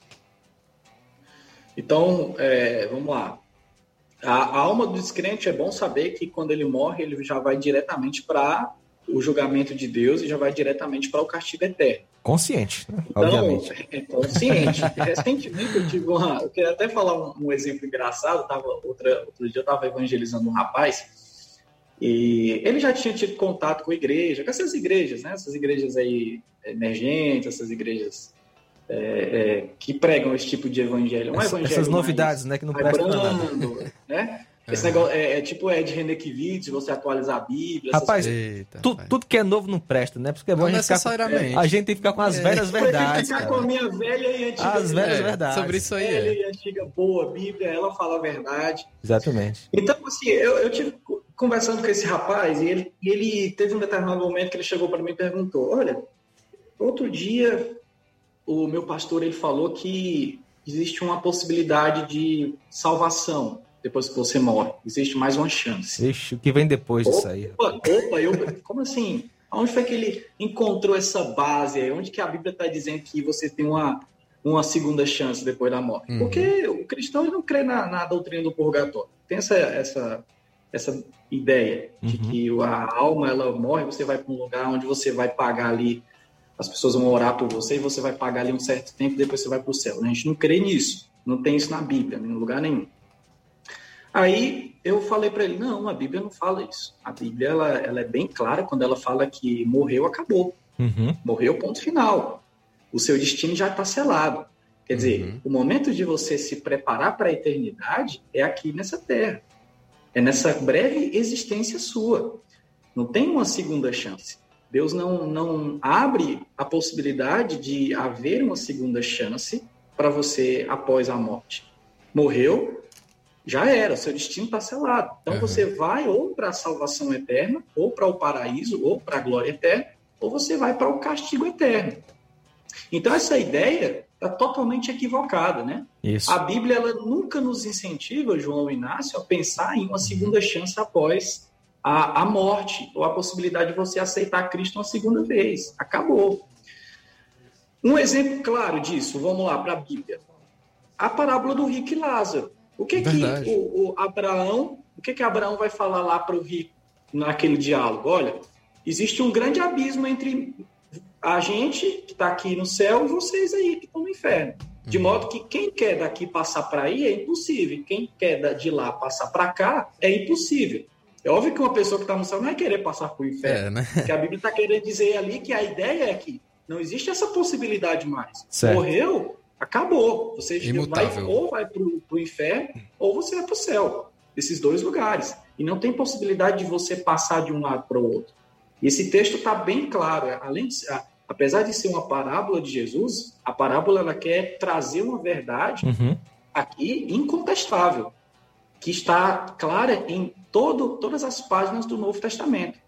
Então, é, vamos lá. A, a alma do descrente é bom saber que quando ele morre, ele já vai diretamente para o o julgamento de Deus e já vai diretamente para o castigo eterno. Consciente, né? Então, Obviamente. é consciente. Recentemente eu tive uma... Eu queria até falar um, um exemplo engraçado. Tava, outra, outro dia eu estava evangelizando um rapaz e ele já tinha tido contato com a igreja, com essas igrejas, né? Essas igrejas aí emergentes, essas igrejas é, é, que pregam esse tipo de evangelho. Um Essa, evangelho essas novidades, mais, né? Que não mais prestam pra nada. brando, né? Esse negócio é, é tipo Ed Renekiewicz, você atualizar a Bíblia. Rapaz, Eita, tu, pai. tudo que é novo não presta, né? Porque é bom Não a gente ficar com, necessariamente. a gente tem que ficar com as É. velhas Eu prefiro verdades. ficar cara. com a minha velha e antiga As Bíblia. velhas É, verdades. sobre isso aí velha é. e antiga boa Bíblia, ela fala a verdade. Exatamente. Então, assim, eu, eu tive conversando com esse rapaz e ele, e ele teve um determinado momento que ele chegou para mim e perguntou: olha, outro dia o meu pastor ele falou que existe uma possibilidade de salvação depois que você morre. Existe mais uma chance. Ixi, o que vem depois disso Opa, aí? opa, eu, como assim? Onde foi que ele encontrou essa base aí? Onde que a Bíblia está dizendo que você tem uma, uma segunda chance depois da morte? Uhum. Porque o cristão ele não crê na, na doutrina do purgatório. Tem essa, essa, essa ideia de Uhum. que a alma ela morre, você vai para um lugar onde você vai pagar ali, as pessoas vão orar por você e você vai pagar ali um certo tempo e depois você vai para o céu. A gente não crê nisso. Não tem isso na Bíblia, em lugar nenhum. Aí eu falei para ele, não, a Bíblia não fala isso. A Bíblia ela, ela é bem clara quando ela fala que morreu, acabou. Uhum. Morreu, ponto final. O seu destino já está selado. Quer dizer, Uhum. o momento de você se preparar para a eternidade é aqui nessa terra. É nessa breve existência sua. Não tem uma segunda chance. Deus não, não abre a possibilidade de haver uma segunda chance para você após a morte. Morreu, já era, o seu destino está selado. Então Uhum. você vai ou para a salvação eterna, ou para o paraíso, ou para a glória eterna, ou você vai para o castigo eterno. Então essa ideia está totalmente equivocada, né? Isso. A Bíblia ela nunca nos incentiva, João Inácio, a pensar em uma segunda chance após a, a morte, ou a possibilidade de você aceitar Cristo uma segunda vez. Acabou. Um exemplo claro disso, vamos lá para a Bíblia. A parábola do rico e Lázaro. O que Verdade. que o, o Abraão, o que que Abraão vai falar lá para o rico naquele diálogo? Olha, existe um grande abismo entre a gente que está aqui no céu e vocês aí que estão no inferno. De modo que quem quer daqui passar para aí é impossível. Quem quer de lá passar para cá é impossível. É óbvio que uma pessoa que está no céu não vai querer passar para o inferno. É, né? Porque a Bíblia está querendo dizer ali que a ideia é que não existe essa possibilidade mais. Certo. Morreu, acabou. Você vai, Imutável. ou vai para o inferno ou você vai para o céu. Esses dois lugares. E não tem possibilidade de você passar de um lado para o outro. E esse texto está bem claro. Além de, apesar de ser uma parábola de Jesus, a parábola ela quer trazer uma verdade Uhum. aqui incontestável, que está clara em todo, todas as páginas do Novo Testamento.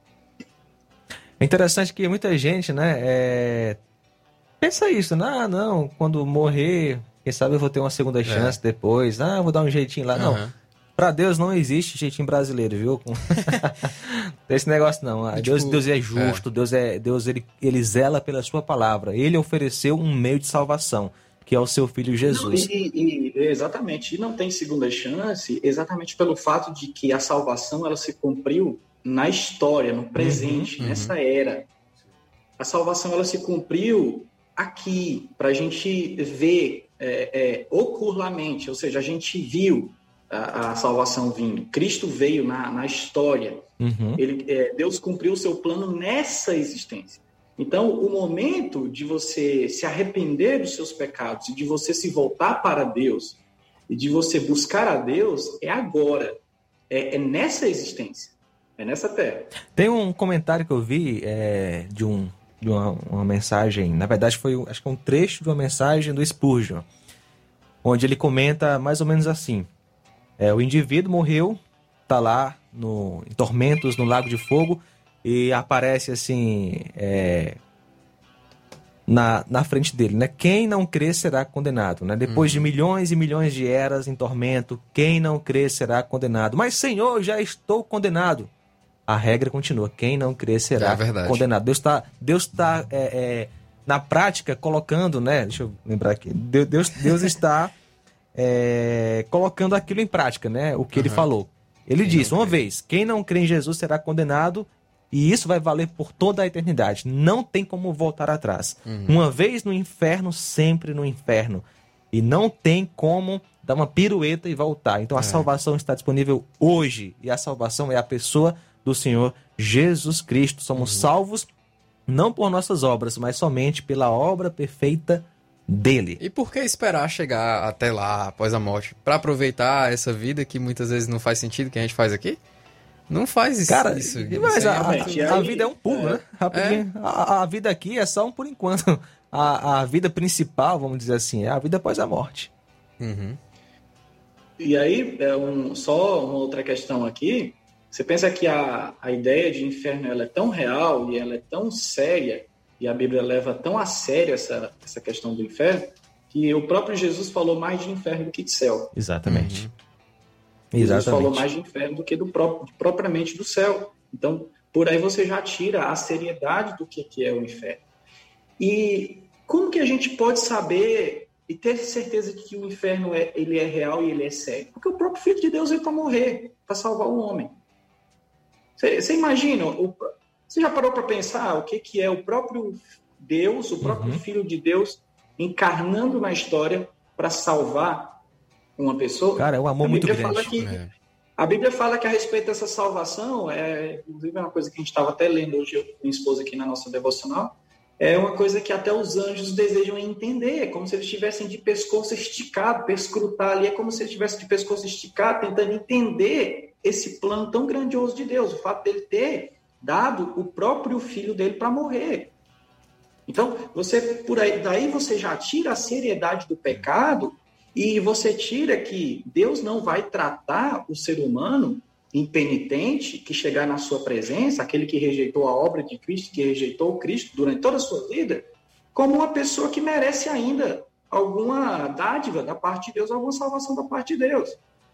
É interessante que muita gente, né, é, pensa isso, né? Ah, não, quando morrer, quem sabe eu vou ter uma segunda chance depois. Ah, vou dar um jeitinho lá. Não, Aham. pra Deus não existe jeitinho brasileiro, viu? Com- Tem esse negócio não. Ah, É, Deus, tipo, Deus é justo, Deus, é, Deus ele, ele zela pela sua palavra. Ele ofereceu um meio de salvação, que é o seu filho Jesus. Não, e, e- exatamente, e não tem segunda chance exatamente pelo fato de que a salvação ela se cumpriu na história, no presente, Uhum, nessa era. A salvação ela se cumpriu aqui, para a gente ver é, é, ocularmente, ou seja, a gente viu a, a salvação vindo. Cristo veio na, na história. Uhum. Ele, é, Deus cumpriu o seu plano nessa existência. Então, o momento de você se arrepender dos seus pecados e de você se voltar para Deus e de você buscar a Deus é agora, é, é nessa existência, é nessa terra. Tem um comentário que eu vi é, de, um, de uma, uma mensagem, na verdade foi acho que um trecho de uma mensagem do Spurgeon, onde ele comenta mais ou menos assim, é, o indivíduo morreu, está lá no, em tormentos no lago de fogo e aparece assim é, na, na frente dele, né? Quem não crê será condenado, né? Depois de milhões e milhões de eras em tormento, quem não crê será condenado. Mas Senhor, já estou condenado. A regra continua, quem não crê será É verdade. condenado. Deus está Deus tá, é, é, na prática colocando, né? Deixa eu lembrar aqui. Deus, Deus, Deus está é, colocando aquilo em prática, né? O que ele Uhum. falou. Ele Quem disse, não uma crê. vez, quem não crê em Jesus será condenado e isso vai valer por toda a eternidade. Não tem como voltar atrás. Uhum. Uma vez no inferno, sempre no inferno. E não tem como dar uma pirueta e voltar. Então a é. salvação está disponível hoje. E a salvação é a pessoa do Senhor Jesus Cristo. Somos uhum. salvos não por nossas obras, mas somente pela obra perfeita dele. E por que esperar chegar até lá, após a morte, para aproveitar essa vida que muitas vezes não faz sentido que a gente faz aqui? Não faz isso. Cara, isso, mas isso a, a, a vida é um pulo, é, né? É. A, a vida aqui é só um por enquanto. A, a vida principal, vamos dizer assim, é a vida após a morte. Uhum. E aí, é um, só uma outra questão aqui. Você pensa que a, a ideia de inferno ela é tão real e ela é tão séria, e a Bíblia leva tão a sério essa, essa questão do inferno, que o próprio Jesus falou mais de inferno do que de céu. Exatamente. Uhum. Jesus Exatamente. falou mais de inferno do que do próprio, propriamente do céu. Então, por aí você já tira a seriedade do que, que é o inferno. E como que a gente pode saber e ter certeza de que o inferno é, ele é real e ele é sério? Porque o próprio Filho de Deus veio para morrer, para salvar o homem. Você, você imagina, o, você já parou para pensar o que, que é o próprio Deus, o próprio uhum. Filho de Deus, encarnando na história para salvar uma pessoa? Cara, é um amor muito grande. Fala que, é. A Bíblia fala que a respeito dessa salvação, é, inclusive é uma coisa que a gente estava até lendo hoje, eu, minha esposa aqui na nossa devocional, é uma coisa que até os anjos desejam entender, é como se eles estivessem de pescoço esticado, perscrutar ali, é como se eles estivessem de pescoço esticado, tentando entender esse plano tão grandioso de Deus, o fato dele ter dado o próprio filho dele para morrer. Então, você, por aí, daí você já tira a seriedade do pecado e você tira que Deus não vai tratar o ser humano impenitente que chegar na sua presença, aquele que rejeitou a obra de Cristo, que rejeitou Cristo durante toda a sua vida, como uma pessoa que merece ainda alguma dádiva da parte de Deus, alguma salvação da parte de Deus.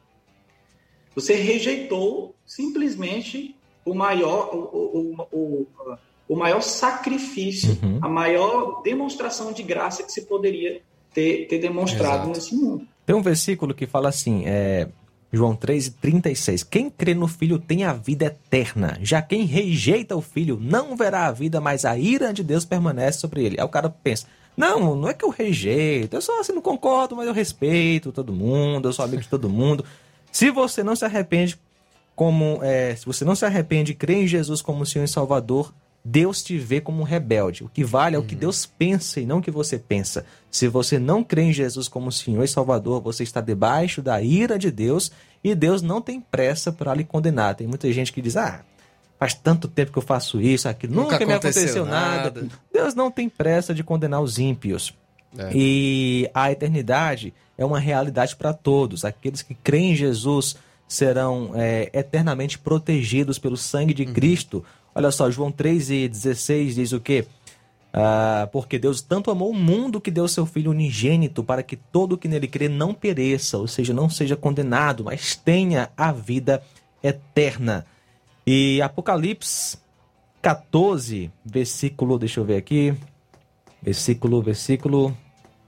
Você rejeitou simplesmente o maior, o, o, o, o maior sacrifício, uhum. a maior demonstração de graça que se poderia ter, ter demonstrado Exato. Nesse mundo. Tem um versículo que fala assim, é... João três, trinta e seis. Quem crê no Filho tem a vida eterna. Já quem rejeita o Filho não verá a vida, mas a ira de Deus permanece sobre ele. Aí o cara pensa, não, não é que eu rejeito, eu só assim, não concordo, mas eu respeito todo mundo, eu sou amigo de todo mundo. Se você não se arrepende, como é, se você não se arrepende e crê em Jesus como Senhor e Salvador, Deus te vê como um rebelde. O que vale é o que Deus pensa e não o que você pensa. Se você não crê em Jesus como Senhor e Salvador, você está debaixo da ira de Deus e Deus não tem pressa para lhe condenar. Tem muita gente que diz, ah, faz tanto tempo que eu faço isso, aquilo, nunca, nunca me aconteceu nada. nada. Deus não tem pressa de condenar os ímpios. É. E a eternidade é uma realidade para todos. Aqueles que creem em Jesus serão é, eternamente protegidos pelo sangue de uhum. Cristo. Olha só, João três e dezesseis diz o quê? Ah, porque Deus tanto amou o mundo que deu seu Filho unigênito para que todo que nele crê não pereça, ou seja, não seja condenado, mas tenha a vida eterna. E Apocalipse catorze, versículo, deixa eu ver aqui, versículo, versículo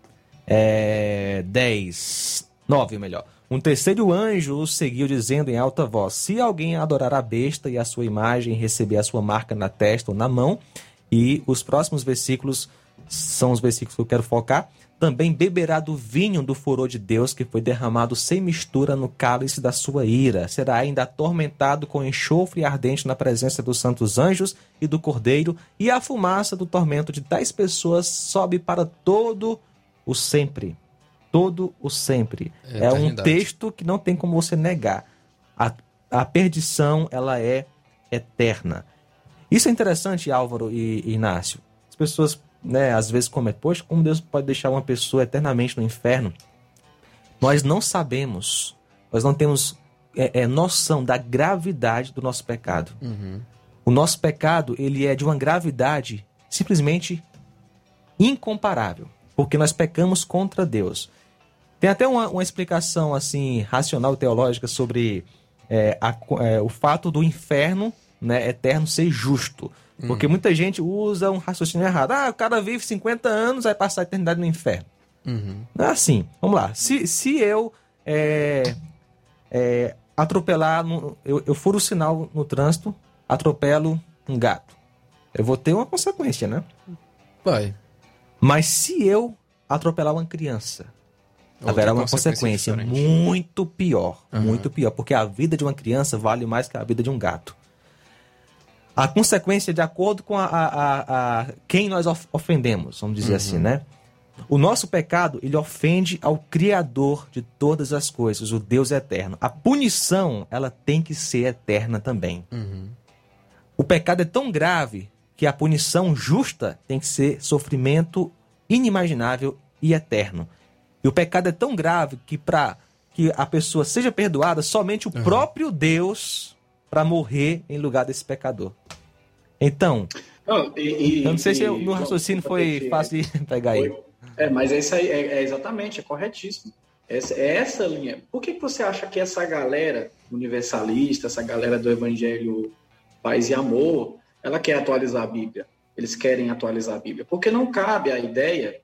é, dez, nove melhor. Um terceiro anjo o seguiu dizendo em alta voz, se alguém adorar a besta e a sua imagem e receber a sua marca na testa ou na mão, e os próximos versículos são os versículos que eu quero focar, também beberá do vinho do furor de Deus que foi derramado sem mistura no cálice da sua ira. Será ainda atormentado com enxofre ardente na presença dos santos anjos e do Cordeiro, e a fumaça do tormento de tais pessoas sobe para todo o sempre. Todo o sempre. É, é um texto que não tem como você negar. A, a perdição, ela é eterna. Isso é interessante, Álvaro e, e Inácio. As pessoas, né, às vezes comentam, poxa, como Deus pode deixar uma pessoa eternamente no inferno? Nós não sabemos, nós não temos é, é, noção da gravidade do nosso pecado. Uhum. O nosso pecado, ele é de uma gravidade simplesmente incomparável, porque nós pecamos contra Deus. Tem até uma, uma explicação assim racional e teológica sobre é, a, é, o fato do inferno, né, eterno ser justo. Hum. Porque muita gente usa um raciocínio errado. Ah, o cara vive cinquenta anos, vai passar a eternidade no inferno. Uhum. Não é assim. Vamos lá. Se, se eu é, é, atropelar, no, eu, eu furo o sinal no trânsito, atropelo um gato, eu vou ter uma consequência, né? Vai. Mas se eu atropelar uma criança, Outra haverá uma consequência consequência diferente. muito pior, Uhum. muito pior, porque a vida de uma criança vale mais que a vida de um gato. A consequência de acordo com a, a, a, a quem nós of- ofendemos, vamos dizer Uhum. assim, né? O nosso pecado, ele ofende ao Criador de todas as coisas, o Deus eterno. A punição, ela tem que ser eterna também. Uhum. O pecado é tão grave que a punição justa tem que ser sofrimento inimaginável e eterno. E o pecado é tão grave que para que a pessoa seja perdoada, somente o Uhum. próprio Deus para morrer em lugar desse pecador. Então, Não, e, e, eu não sei se e- o meu raciocínio foi João, fácil de pegar aí. Foi. É, mas é isso aí, é, é exatamente, é corretíssimo. Essa, é essa linha. Por que, que você acha que essa galera universalista, essa galera do Evangelho Paz e Amor, ela quer atualizar a Bíblia? Eles querem atualizar a Bíblia. Porque não cabe a ideia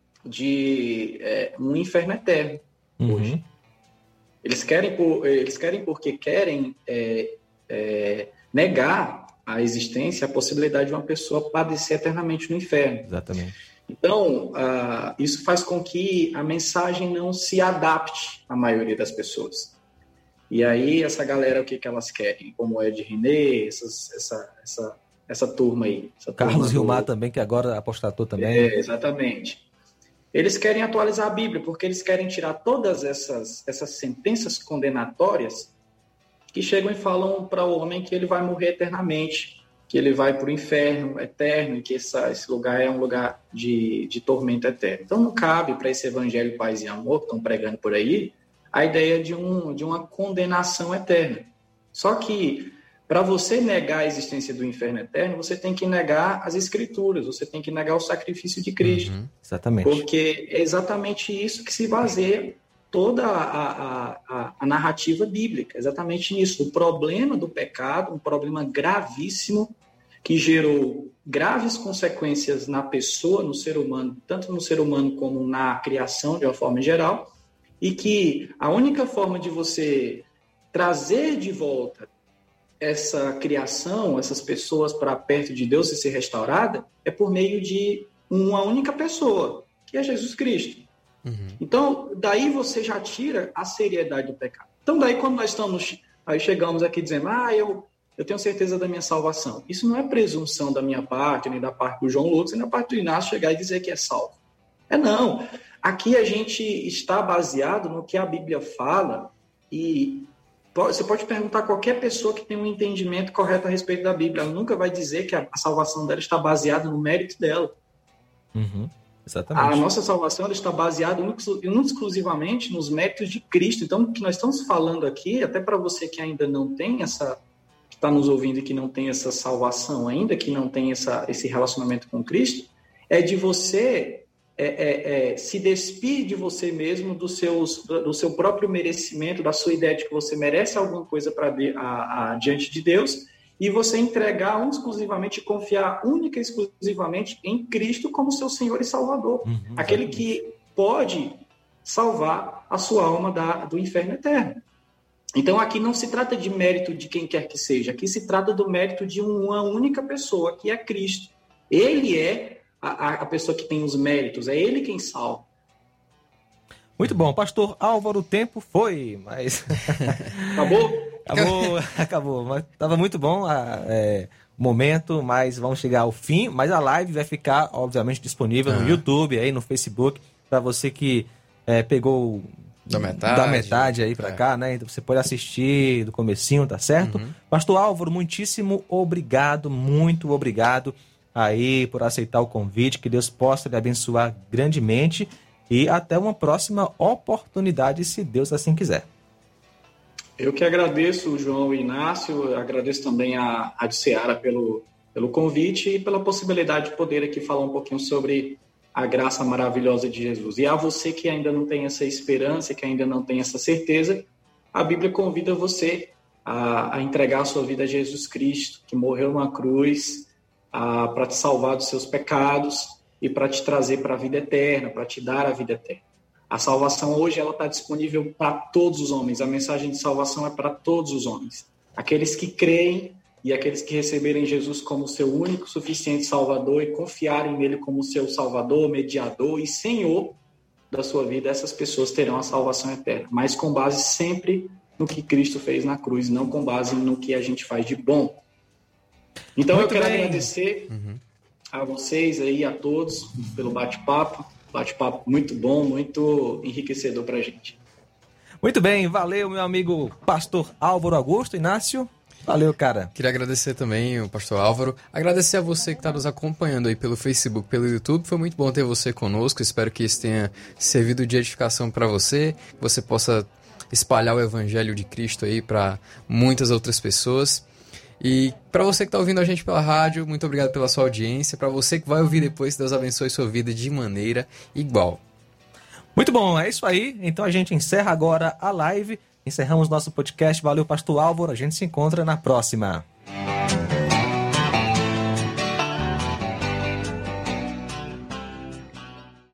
de é, um inferno eterno hoje. Uhum. Eles querem, por, eles querem porque querem é, é, negar a existência, a possibilidade de uma pessoa padecer eternamente no inferno. Exatamente. Então, uh, isso faz com que a mensagem não se adapte à maioria das pessoas. E aí, essa galera, o que, que elas querem? Como é de René, essas, essa, essa, essa turma aí. Essa Carlos turma do- Gilmar também, que agora apostatou também. É, exatamente. Eles querem atualizar a Bíblia, porque eles querem tirar todas essas, essas sentenças condenatórias que chegam e falam para o homem que ele vai morrer eternamente, que ele vai para o inferno eterno e que essa, esse lugar é um lugar de, de tormento eterno. Então não cabe para esse evangelho paz e amor que estão pregando por aí a ideia de, um, de uma condenação eterna. Só que para você negar a existência do inferno eterno, você tem que negar as escrituras, você tem que negar o sacrifício de Cristo. Uhum. Exatamente. Porque é exatamente isso que se baseia toda a, a, a, a narrativa bíblica, exatamente nisso. O problema do pecado, um problema gravíssimo, que gerou graves consequências na pessoa, no ser humano, tanto no ser humano como na criação de uma forma geral, e que a única forma de você trazer de volta essa criação, essas pessoas para perto de Deus e ser restaurada, é por meio de uma única pessoa, que é Jesus Cristo. Uhum. Então, daí você já tira a seriedade do pecado. Então, daí quando nós estamos, aí chegamos aqui dizendo, ah, eu, eu tenho certeza da minha salvação. Isso não é presunção da minha parte, nem da parte do João Lucas, nem da parte do Inácio chegar e dizer que é salvo. É não. Aqui a gente está baseado no que a Bíblia fala e você pode perguntar a qualquer pessoa que tem um entendimento correto a respeito da Bíblia. Ela nunca vai dizer que a salvação dela está baseada no mérito dela. Uhum. Exatamente. A nossa salvação ela está baseada única e exclusivamente nos méritos de Cristo. Então, o que nós estamos falando aqui, até para você que ainda não tem essa, que está nos ouvindo e que não tem essa salvação ainda, que não tem essa, esse relacionamento com Cristo, é de você é, é, é, se despir de você mesmo, do, seus, do seu próprio merecimento, da sua ideia de que você merece alguma coisa pra, a, a, diante de Deus, e você entregar um exclusivamente, confiar única e exclusivamente em Cristo como seu Senhor e Salvador. Uhum, aquele que pode salvar a sua alma da, do inferno eterno. Então aqui não se trata de mérito de quem quer que seja, aqui se trata do mérito de uma única pessoa, que é Cristo. Ele é a, a pessoa que tem os méritos, é ele quem salva. Muito bom, pastor Álvaro, o tempo foi, mas... Acabou? Acabou, acabou. Mas tava muito bom a, é, o momento, mas vamos chegar ao fim. Mas a live vai ficar, obviamente, disponível no Ah. YouTube, aí no Facebook, para você que é, pegou Da metade. da metade aí para É. cá, né? Então você pode assistir do comecinho, tá certo? Uhum. Pastor Álvaro, muitíssimo obrigado, muito obrigado aí por aceitar o convite. Que Deus possa lhe abençoar grandemente e até uma próxima oportunidade, se Deus assim quiser. Eu que agradeço, João e Inácio, agradeço também a Rádio Ceará pelo, pelo convite e pela possibilidade de poder aqui falar um pouquinho sobre a graça maravilhosa de Jesus. E a você que ainda não tem essa esperança, que ainda não tem essa certeza, a Bíblia convida você a, a entregar a sua vida a Jesus Cristo, que morreu na cruz para te salvar dos seus pecados e para te trazer para a vida eterna, para te dar a vida eterna. A salvação hoje ela está disponível para todos os homens. A mensagem de salvação é para todos os homens. Aqueles que creem E aqueles que receberem Jesus como seu único, suficiente Salvador e confiarem nele como seu Salvador, mediador e Senhor da sua vida, essas pessoas terão a salvação eterna. Mas com base sempre no que Cristo fez na cruz, não com base no que a gente faz de bom. Então Muito eu quero bem. agradecer uhum. a vocês aí, a todos, pelo bate-papo. Bate-papo muito bom, muito enriquecedor pra gente. Muito bem, valeu, meu amigo pastor Álvaro Augusto. Inácio, valeu, cara. Queria agradecer também o pastor Álvaro, agradecer a você que está nos acompanhando aí pelo Facebook, pelo YouTube. Foi muito bom ter você conosco, espero que isso tenha servido de edificação para você, que você possa espalhar o evangelho de Cristo aí para muitas outras pessoas. E para você que está ouvindo a gente pela rádio, muito obrigado pela sua audiência. Para você que vai ouvir depois, Deus abençoe sua vida de maneira igual. Muito bom, é isso aí. Então a gente encerra agora a live. Encerramos nosso podcast. Valeu, pastor Álvaro. A gente se encontra na próxima.